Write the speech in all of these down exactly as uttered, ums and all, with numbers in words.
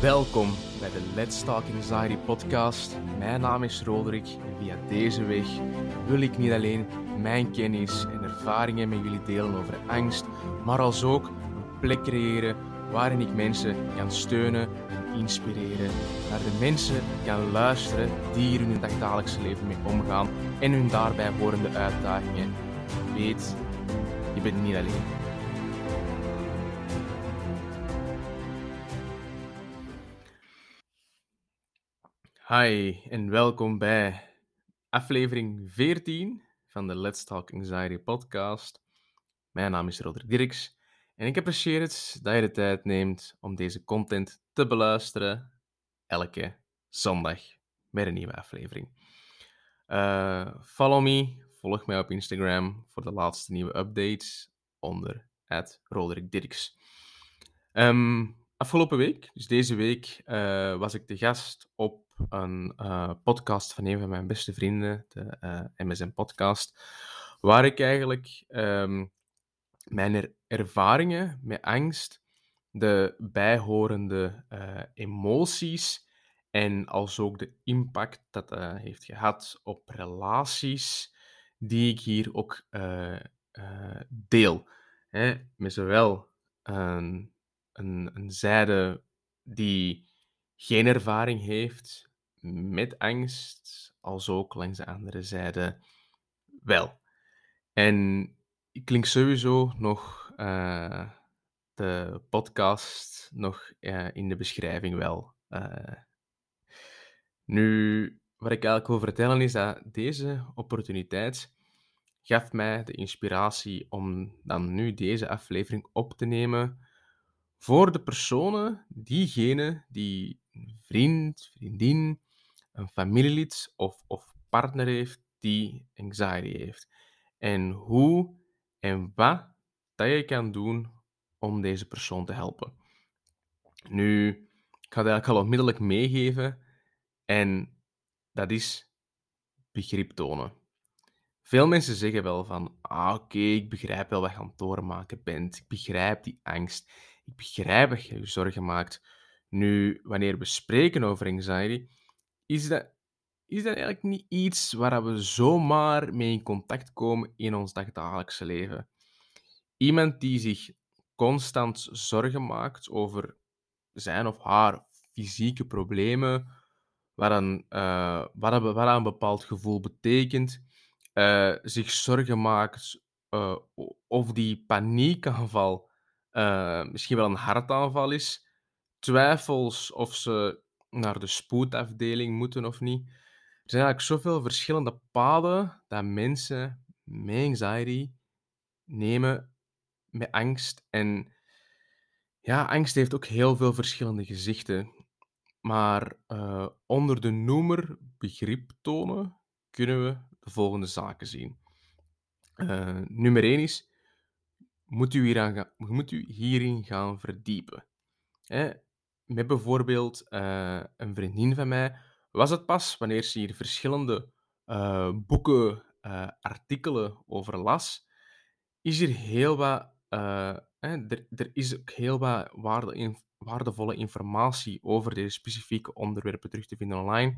Welkom bij de Let's Talk Anxiety podcast. Mijn naam is Roderick en via deze weg wil ik niet alleen mijn kennis en ervaringen met jullie delen over angst, maar als ook een plek creëren waarin ik mensen kan steunen en inspireren, naar de mensen kan luisteren die hier in hun dagdagelijkse leven mee omgaan en hun daarbij horende uitdagingen. Weet, je bent niet alleen. Hi en welkom bij aflevering veertien van de Let's Talk Anxiety podcast. Mijn naam is Roderick Dirks en ik apprecieer het dat je de tijd neemt om deze content te beluisteren elke zondag met een nieuwe aflevering. Uh, follow me, volg mij op Instagram voor de laatste nieuwe updates onder at Roderick Dirks. Um, afgelopen week, dus deze week, uh, was ik de gast op een uh, podcast van een van mijn beste vrienden, de uh, M S M-podcast, waar ik eigenlijk um, mijn er- ervaringen met angst, de bijhorende uh, emoties en als ook de impact dat uh, heeft gehad op relaties, die ik hier ook uh, uh, deel. Hè, met zowel een een, een zijde die geen ervaring heeft met angst, als ook langs de andere zijde wel. En ik klink sowieso nog uh, de podcast nog uh, in de beschrijving wel. Uh, nu, wat ik eigenlijk wil vertellen is dat deze opportuniteit gaf mij de inspiratie om dan nu deze aflevering op te nemen voor de personen, diegene die een vriend, vriendin, een familielid of, of partner heeft die anxiety heeft. En hoe en wat dat je kan doen om deze persoon te helpen. Nu, ik ga het eigenlijk al onmiddellijk meegeven en dat is begrip tonen. Veel mensen zeggen wel van, ah oké, okay, ik begrijp wel wat je aan het doormaken bent. Ik begrijp die angst. Ik begrijp dat je je zorgen maakt. Nu, wanneer we spreken over anxiety, is dat, is dat eigenlijk niet iets waar we zomaar mee in contact komen in ons dagdagelijkse leven. Iemand die zich constant zorgen maakt over zijn of haar fysieke problemen, wat een, uh, wat een, wat een bepaald gevoel betekent, uh, zich zorgen maakt uh, of die paniekaanval uh, misschien wel een hartaanval is, twijfels of ze naar de spoedafdeling moeten of niet. Er zijn eigenlijk zoveel verschillende paden dat mensen met anxiety nemen met angst. En ja, angst heeft ook heel veel verschillende gezichten. Maar uh, onder de noemer begrip tonen kunnen we de volgende zaken zien. Uh, nummer één is, moet u, hieraan ga- moet u hierin gaan verdiepen. Hè? Met bijvoorbeeld uh, een vriendin van mij was het pas wanneer ze hier verschillende uh, boeken, uh, artikelen over las, is er heel wat, uh, hè, er, er is ook heel wat waarde in, waardevolle informatie over deze specifieke onderwerpen terug te vinden online.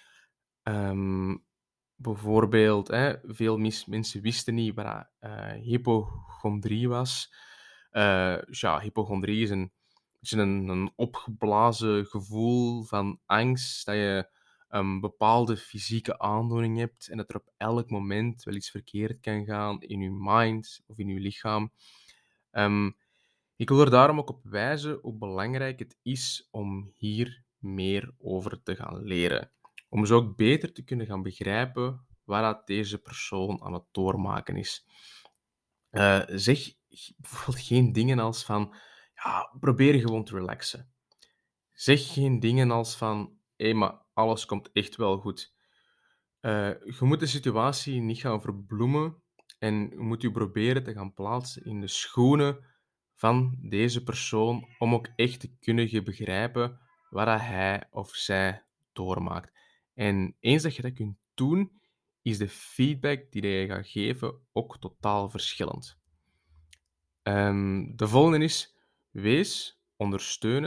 Um, bijvoorbeeld, hè, veel mis, mensen wisten niet wat uh, hypochondrie was. Uh, ja, hypochondrie is een, is een, een opgeblazen gevoel van angst dat je een bepaalde fysieke aandoening hebt en dat er op elk moment wel iets verkeerd kan gaan in je mind of in je lichaam. Um, ik wil er daarom ook op wijzen hoe belangrijk het is om hier meer over te gaan leren. Om zo ook beter te kunnen gaan begrijpen waar dat deze persoon aan het doormaken is. Uh, zeg bijvoorbeeld geen dingen als van, ja, probeer gewoon te relaxen. Zeg geen dingen als van, hé, hey, maar alles komt echt wel goed. Uh, je moet de situatie niet gaan verbloemen en je moet je proberen te gaan plaatsen in de schoenen van deze persoon om ook echt te kunnen begrijpen wat hij of zij doormaakt. En eens dat je dat kunt doen, is de feedback die je gaat geven ook totaal verschillend. Um, de volgende is, wees ondersteunend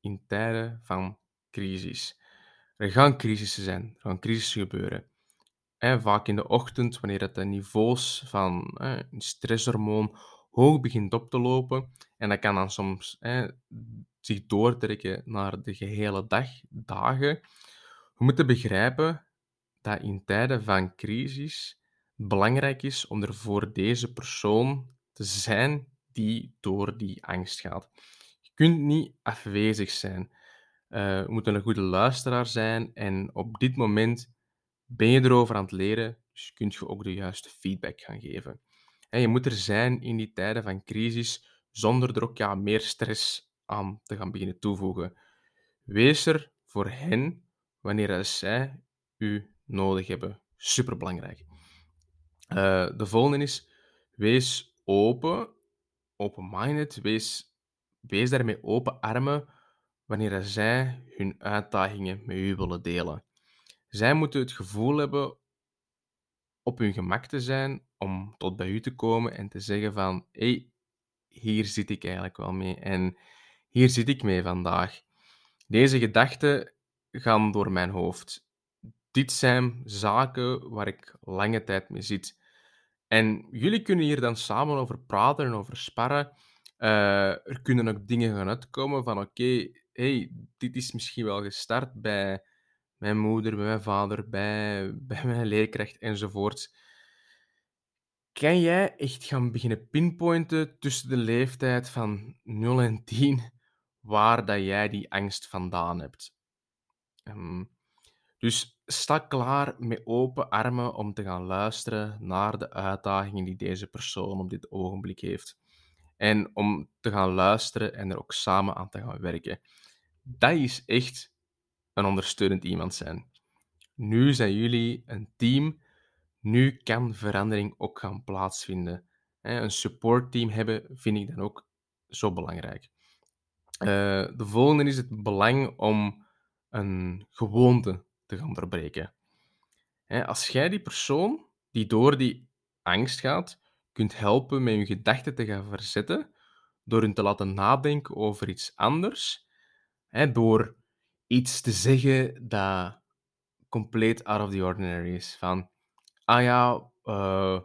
in tijden van crisis. Er gaan crisissen zijn, er gaan crisissen gebeuren. Hè, vaak in de ochtend, wanneer het de niveaus van hè, een stresshormoon hoog begint op te lopen. En dat kan dan soms hè, zich doortrekken naar de gehele dag, dagen. We moeten begrijpen dat in tijden van crisis het belangrijk is om er voor deze persoon te zijn die door die angst gaat. Je kunt niet afwezig zijn. Eh, we moeten een goede luisteraar zijn en op dit moment ben je erover aan het leren, dus kun je ook de juiste feedback gaan geven. En je moet er zijn in die tijden van crisis, zonder er ook ja, meer stress aan te gaan beginnen toevoegen. Wees er voor hen wanneer dat zij u nodig hebben. Superbelangrijk. Eh de volgende is, wees open, open-minded, wees, wees daarmee open armen wanneer dat zij hun uitdagingen met u willen delen. Zij moeten het gevoel hebben op hun gemak te zijn om tot bij u te komen en te zeggen van hey, hier zit ik eigenlijk wel mee en hier zit ik mee vandaag. Deze gedachten gaan door mijn hoofd. Dit zijn zaken waar ik lange tijd mee zit. En jullie kunnen hier dan samen over praten en over sparren. Eh, er kunnen ook dingen gaan uitkomen van oké, hey, dit is misschien wel gestart bij mijn moeder, bij mijn vader, bij, bij mijn leerkracht enzovoort. Kan jij echt gaan beginnen pinpointen tussen de leeftijd van nul en tien waar dat jij die angst vandaan hebt? Ehm, dus sta klaar met open armen om te gaan luisteren naar de uitdagingen die deze persoon op dit ogenblik heeft. En om te gaan luisteren en er ook samen aan te gaan werken. Dat is echt een ondersteunend iemand zijn. Nu zijn jullie een team. Nu kan verandering ook gaan plaatsvinden. Hè, Een supportteam hebben vind ik dan ook zo belangrijk. Eh, de volgende is het belang om een gewoonte te gaan doorbreken. Hè, Als jij die persoon die door die angst gaat, kunt helpen met je gedachten te gaan verzetten, door hun te laten nadenken over iets anders, hè, door iets te zeggen dat compleet out of the ordinary is. Van, ah ja, eh,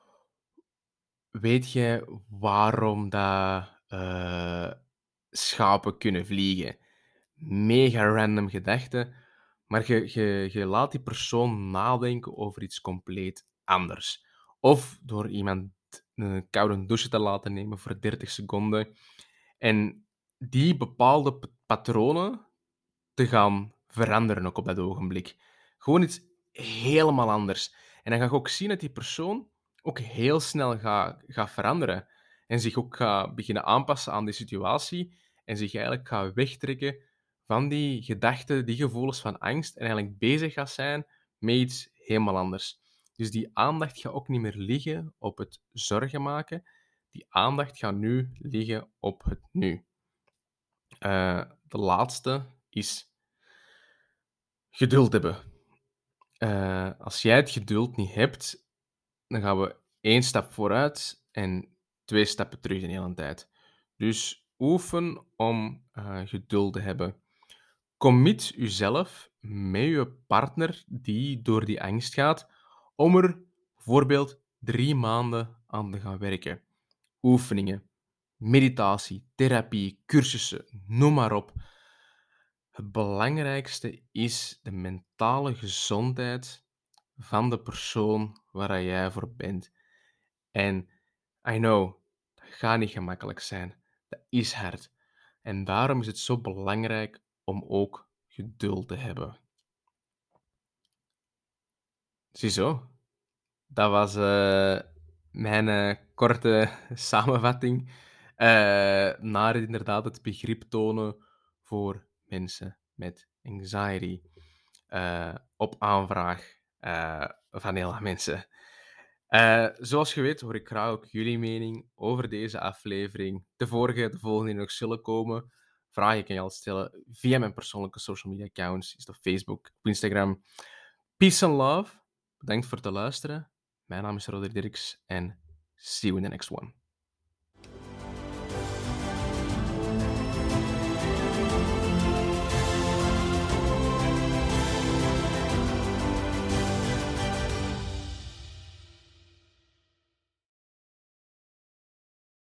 weet jij waarom dat eh, schapen kunnen vliegen? Mega random gedachte, maar je, je, je laat die persoon nadenken over iets compleet anders. Of door iemand een koude douche te laten nemen voor dertig seconden. En die bepaalde p- patronen te gaan veranderen ook op dat ogenblik. Gewoon iets helemaal anders. En dan ga je ook zien dat die persoon ook heel snel gaat, gaat veranderen. En zich ook gaat beginnen aanpassen aan die situatie. En zich eigenlijk gaat wegtrekken van die gedachten, die gevoelens van angst. En eigenlijk bezig gaat zijn met iets helemaal anders. Dus die aandacht gaat ook niet meer liggen op het zorgen maken. Die aandacht gaat nu liggen op het nu. Eh, de laatste is geduld hebben. Eh, als jij het geduld niet hebt, dan gaan we één stap vooruit en twee stappen terug de hele tijd. Dus oefen om eh, geduld te hebben. Commit jezelf met je partner die door die angst gaat, om er bijvoorbeeld drie maanden aan te gaan werken. Oefeningen, meditatie, therapie, cursussen, noem maar op. Het belangrijkste is de mentale gezondheid van de persoon waar jij voor bent. En I know, dat gaat niet gemakkelijk zijn. Dat is hard. En daarom is het zo belangrijk om ook geduld te hebben. Ziezo, dat was eh, mijn eh, korte samenvatting eh, naar inderdaad het begrip tonen voor mensen met anxiety. eh, op aanvraag eh, van heel veel mensen. Eh, zoals je weet hoor ik graag ook jullie mening over deze aflevering. De vorige, de volgende die nog zullen komen. Vragen kan je altijd stellen via mijn persoonlijke social media accounts. Is dat Facebook, op Instagram. Peace and love. Bedankt voor het luisteren. Mijn naam is Roderick Dirks en see you in the next one.